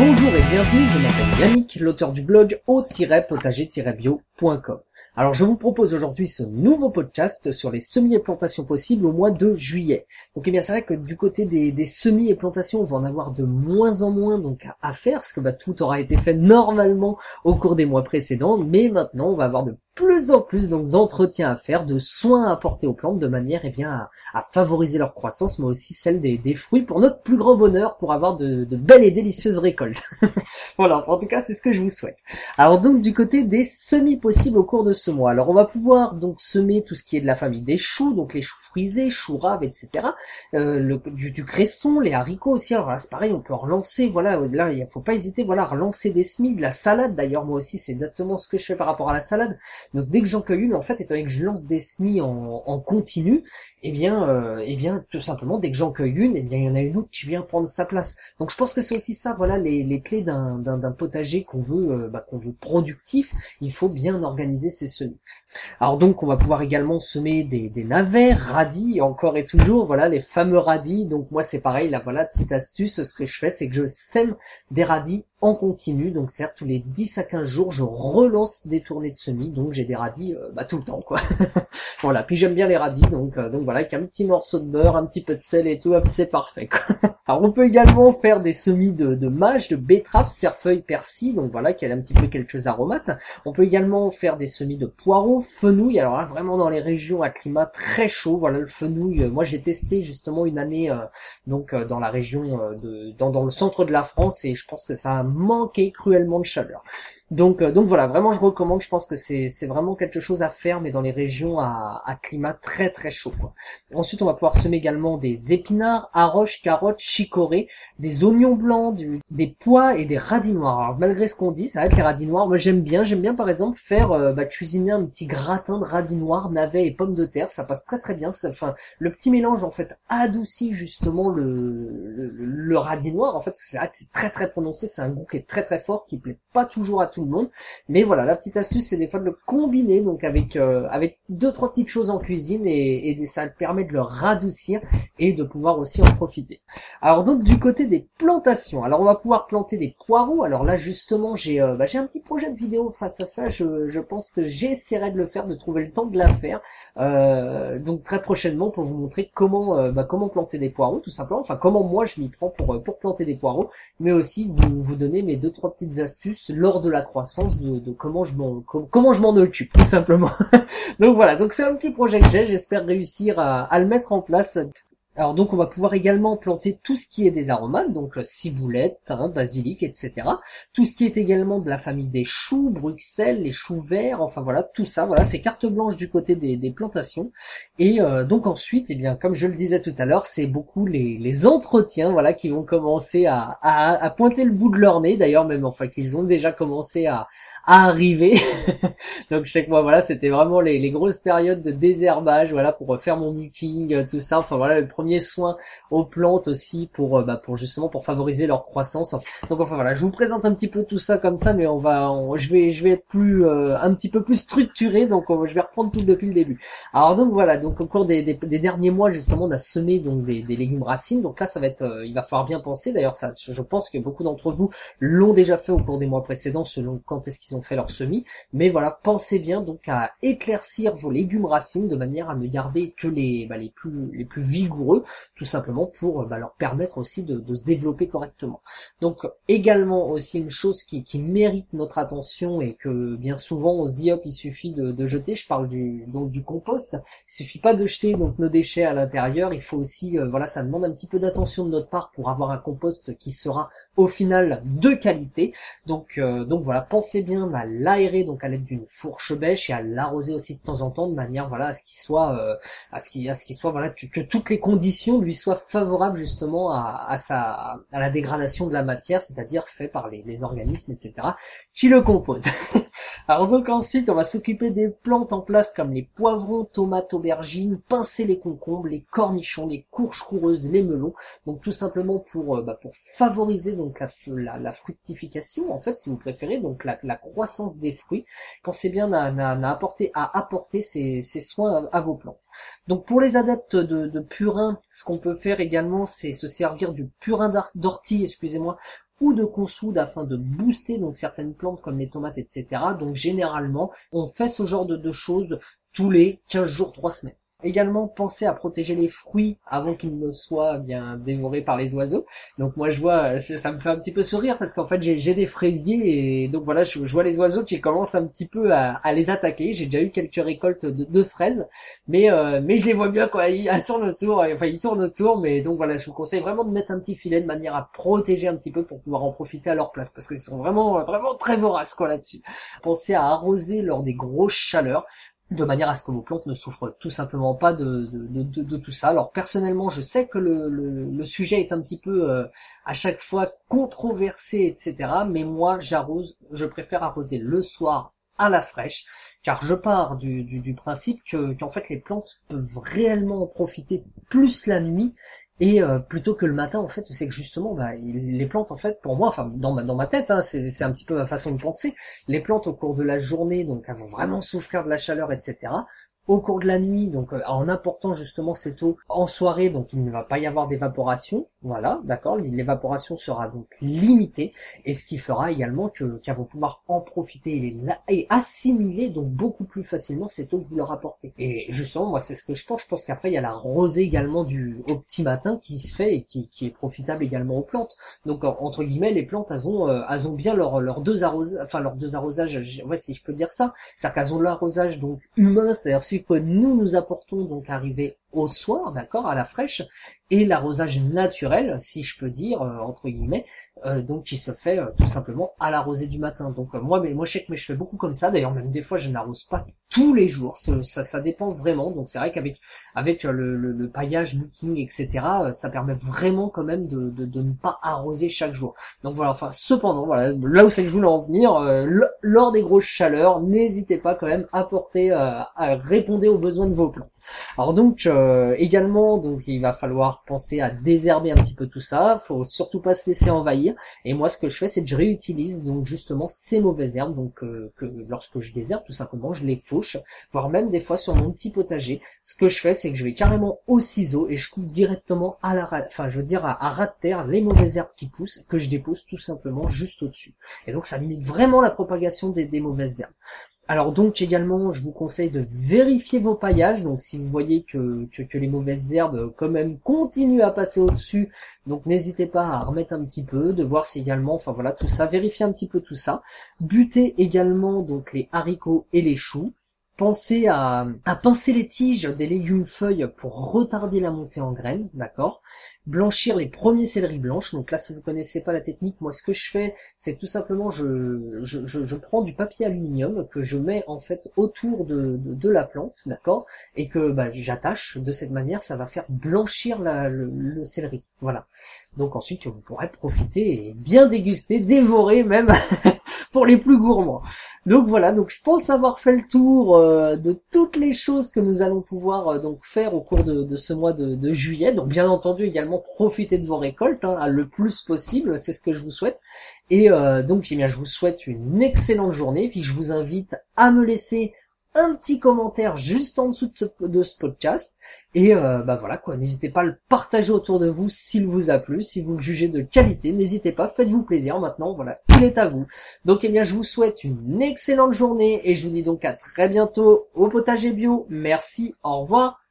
Bonjour et bienvenue, je m'appelle Yannick, l'auteur du blog au-potager-bio.com. Alors je vous propose aujourd'hui ce nouveau podcast sur les semis et plantations possibles au mois de juillet. Donc eh bien c'est vrai que du côté des semis et plantations, on va en avoir de moins en moins donc à faire, parce que tout aura été fait normalement au cours des mois précédents, mais maintenant on va avoir de plus en plus donc d'entretien à faire, de soins à apporter aux plantes de manière à favoriser leur croissance, mais aussi celle des fruits pour notre plus grand bonheur, pour avoir de belles et délicieuses récoltes. Voilà, en tout cas c'est ce que je vous souhaite. Alors donc du côté des semis possibles au cours de ce mois, alors on va pouvoir donc semer tout ce qui est de la famille des choux, donc les choux frisés, choux raves, etc. Du cresson, les haricots aussi. Alors là c'est pareil, on peut relancer, voilà, là il faut pas hésiter, voilà, à relancer des semis, de la salade d'ailleurs, moi aussi c'est exactement ce que je fais par rapport à la salade. Donc dès que j'en cueille une, en fait, étant donné que je lance des semis en continu, eh bien tout simplement dès que j'en cueille une, eh bien il y en a une autre qui vient prendre sa place. Donc je pense que c'est aussi ça, voilà, les clés d'un potager qu'on veut productif. Il faut bien organiser ses semis. Alors donc on va pouvoir également semer des navets, radis, encore et toujours, voilà, les fameux radis. Donc moi c'est pareil, là voilà, petite astuce, ce que je fais c'est que je sème des radis en continu, donc certes tous les 10 à 15 jours je relance des tournées de semis, donc j'ai des radis tout le temps quoi. Voilà, puis j'aime bien les radis, donc voilà, avec un petit morceau de beurre, un petit peu de sel et tout, hop, c'est parfait quoi. Alors on peut également faire des semis de mâche, de betterave, cerfeuil, persil, donc voilà, qui a un petit peu quelques aromates. On peut également faire des semis de poireaux, fenouil, alors là vraiment dans les régions à climat très chaud, voilà le fenouil, moi j'ai testé justement une année dans la région dans le centre de la France, et je pense que ça a manqué cruellement de chaleur. Donc voilà, vraiment je recommande, je pense que c'est vraiment quelque chose à faire, mais dans les régions à climat très très chaud quoi. Ensuite on va pouvoir semer également des épinards, aroches, carottes, chicorées, des oignons blancs, des pois et des radis noirs. Alors malgré ce qu'on dit, ça va être les radis noirs, moi j'aime bien par exemple faire cuisiner un petit gratin de radis noirs, navets et pommes de terre, ça passe très très bien. Enfin le petit mélange en fait adoucit justement le radis noir, en fait c'est très très prononcé, c'est un goût qui est très très fort, qui plaît pas toujours à tout le monde, mais voilà, la petite astuce c'est des fois de le combiner donc avec deux trois petites choses en cuisine, et ça permet de le radoucir et de pouvoir aussi en profiter. Alors donc du côté des plantations, alors on va pouvoir planter des poireaux. Alors là justement j'ai un petit projet de vidéo face à ça, je pense que j'essaierai de le faire, de trouver le temps de la faire donc très prochainement, pour vous montrer comment planter des poireaux tout simplement, enfin comment moi je m'y prends pour planter des poireaux, mais aussi vous donner mes deux trois petites astuces lors de la croissance de comment je m'en occupe tout simplement. Donc voilà, donc c'est un petit projet que j'espère réussir à le mettre en place. Alors donc on va pouvoir également planter tout ce qui est des aromates, donc ciboulette, thym, basilic, etc. Tout ce qui est également de la famille des choux, Bruxelles, les choux verts, enfin voilà, tout ça, voilà, c'est carte blanche du côté des plantations. Et donc ensuite, eh bien comme je le disais tout à l'heure, c'est beaucoup les entretiens, voilà, qui vont commencer à pointer le bout de leur nez, d'ailleurs même, enfin qu'ils ont déjà commencé à arriver. Donc chaque mois, voilà, c'était vraiment les grosses périodes de désherbage, voilà, pour faire mon mulching, tout ça. Enfin voilà, le premier soin aux plantes aussi pour justement pour favoriser leur croissance. Donc enfin voilà, je vous présente un petit peu tout ça comme ça, mais je vais être un petit peu plus structuré, donc je vais reprendre tout depuis le début. Alors donc voilà, donc au cours des derniers mois justement, on a semé donc des légumes racines. Donc là ça va être, il va falloir bien penser. D'ailleurs ça, je pense que beaucoup d'entre vous l'ont déjà fait au cours des mois précédents, selon quand est-ce qu'ils ont fait leur semis. Mais voilà, pensez bien donc à éclaircir vos légumes racines de manière à ne garder que les plus vigoureux, tout simplement pour leur permettre aussi de se développer correctement. Donc également aussi une chose qui mérite notre attention, et que bien souvent on se dit hop, il suffit de jeter, je parle du compost. Il suffit pas de jeter donc nos déchets à l'intérieur, il faut aussi ça demande un petit peu d'attention de notre part pour avoir un compost qui sera au final de qualité. Donc voilà, pensez bien à l'aérer donc à l'aide d'une fourche bêche, et à l'arroser aussi de temps en temps, de manière voilà à ce qu'il soit voilà, que toutes les conditions lui soient favorables justement à la dégradation de la matière, c'est-à-dire fait par les organismes, etc. qui le composent. Alors donc ensuite on va s'occuper des plantes en place comme les poivrons, tomates, aubergines, pincer les concombres, les cornichons, les courges coureuses, les melons. Donc tout simplement pour favoriser donc la fructification, en fait, si vous préférez, donc la croissance des fruits. Pensez bien à apporter ces soins à vos plantes. Donc pour les adeptes de purin, ce qu'on peut faire également, c'est se servir du purin d'ortie, excusez-moi, ou de consoude afin de booster donc certaines plantes comme les tomates, etc. Donc généralement, on fait ce genre de choses tous les 15 jours, 3 semaines. Également, pensez à protéger les fruits avant qu'ils ne soient bien dévorés par les oiseaux. Donc moi je vois, ça me fait un petit peu sourire parce qu'en fait j'ai des fraisiers et donc voilà, je vois les oiseaux qui commencent un petit peu à les attaquer. J'ai déjà eu quelques récoltes de fraises, mais je les vois bien quoi, ils tournent autour, mais donc voilà, je vous conseille vraiment de mettre un petit filet de manière à protéger un petit peu pour pouvoir en profiter à leur place parce qu'ils sont vraiment très voraces quoi là-dessus. Pensez à arroser lors des grosses chaleurs, de manière à ce que vos plantes ne souffrent tout simplement pas de tout ça. Alors personnellement, je sais que le sujet est un petit peu à chaque fois controversé, etc. Mais moi, je préfère arroser le soir à la fraîche, car je pars du principe qu'en fait les plantes peuvent réellement en profiter plus la nuit. Et plutôt que le matin, en fait, c'est que justement, les plantes, en fait, pour moi, enfin, dans ma tête, hein, c'est un petit peu ma façon de penser. Les plantes au cours de la journée, donc, elles vont vraiment souffrir de la chaleur, etc. Au cours de la nuit, donc, en apportant justement cette eau en soirée, donc, il ne va pas y avoir d'évaporation. Voilà, d'accord. L'évaporation sera donc limitée, et ce qui fera également qu'elles vont pouvoir en profiter et assimiler donc beaucoup plus facilement cette eau que vous leur apportez. Et justement, moi, c'est ce que je pense. Je pense qu'après, il y a la rosée également au petit matin qui se fait et qui est profitable également aux plantes. Donc, entre guillemets, les plantes, elles ont bien leurs deux arrosages, enfin, leurs deux arrosages, ouais, si je peux dire ça. C'est-à-dire qu'elles ont l'arrosage, donc, humain, c'est-à-dire celui que nous apportons, donc, arrivé au soir, d'accord, à la fraîche, et l'arrosage naturel, si je peux dire, entre guillemets, donc qui se fait tout simplement à la rosée du matin. Donc moi je sais que je fais beaucoup comme ça. D'ailleurs même des fois je n'arrose pas tous les jours. Ça dépend vraiment. Donc c'est vrai qu'avec le paillage, booking, etc. Ça permet vraiment quand même de ne pas arroser chaque jour. Donc voilà. Enfin cependant voilà, là où c'est que je voulais en venir, lors des grosses chaleurs, n'hésitez pas quand même à répondre aux besoins de vos plantes. Alors donc également donc il va falloir penser à désherber un petit peu tout ça. Faut surtout pas se laisser envahir. Et moi, ce que je fais, c'est que je réutilise donc justement ces mauvaises herbes. Donc que lorsque je désherbe, tout simplement, je les fauche, voire même des fois sur mon petit potager. Ce que je fais, c'est que je vais carrément au ciseau et je coupe directement à ras de terre les mauvaises herbes qui poussent, que je dépose tout simplement juste au-dessus. Et donc ça limite vraiment la propagation des mauvaises herbes. Alors donc également, je vous conseille de vérifier vos paillages. Donc si vous voyez que les mauvaises herbes quand même continuent à passer au-dessus, donc n'hésitez pas à remettre un petit peu, de voir si également, enfin voilà tout ça, vérifiez un petit peu tout ça. Butez également donc les haricots et les choux. Pensez à pincer les tiges des légumes feuilles pour retarder la montée en graines, d'accord. Blanchir les premiers céleris blanches. Donc là, si vous connaissez pas la technique, moi ce que je fais, c'est tout simplement je prends du papier aluminium que je mets en fait autour de la plante, d'accord, et que j'attache de cette manière, ça va faire blanchir le céleri. Voilà. Donc ensuite vous pourrez profiter et bien déguster, dévorer même pour les plus gourmands. Donc voilà, donc je pense avoir fait le tour de toutes les choses que nous allons pouvoir donc faire au cours de ce mois de juillet. Donc bien entendu également profiter de vos récoltes le plus possible, c'est ce que je vous souhaite. Et donc eh bien, je vous souhaite une excellente journée, puis je vous invite à me laisser un petit commentaire juste en dessous de ce podcast. Et voilà quoi, n'hésitez pas à le partager autour de vous s'il vous a plu, si vous le jugez de qualité, n'hésitez pas, faites-vous plaisir. Maintenant voilà, il est à vous. Donc eh bien je vous souhaite une excellente journée et je vous dis donc à très bientôt au potager bio. Merci, au revoir.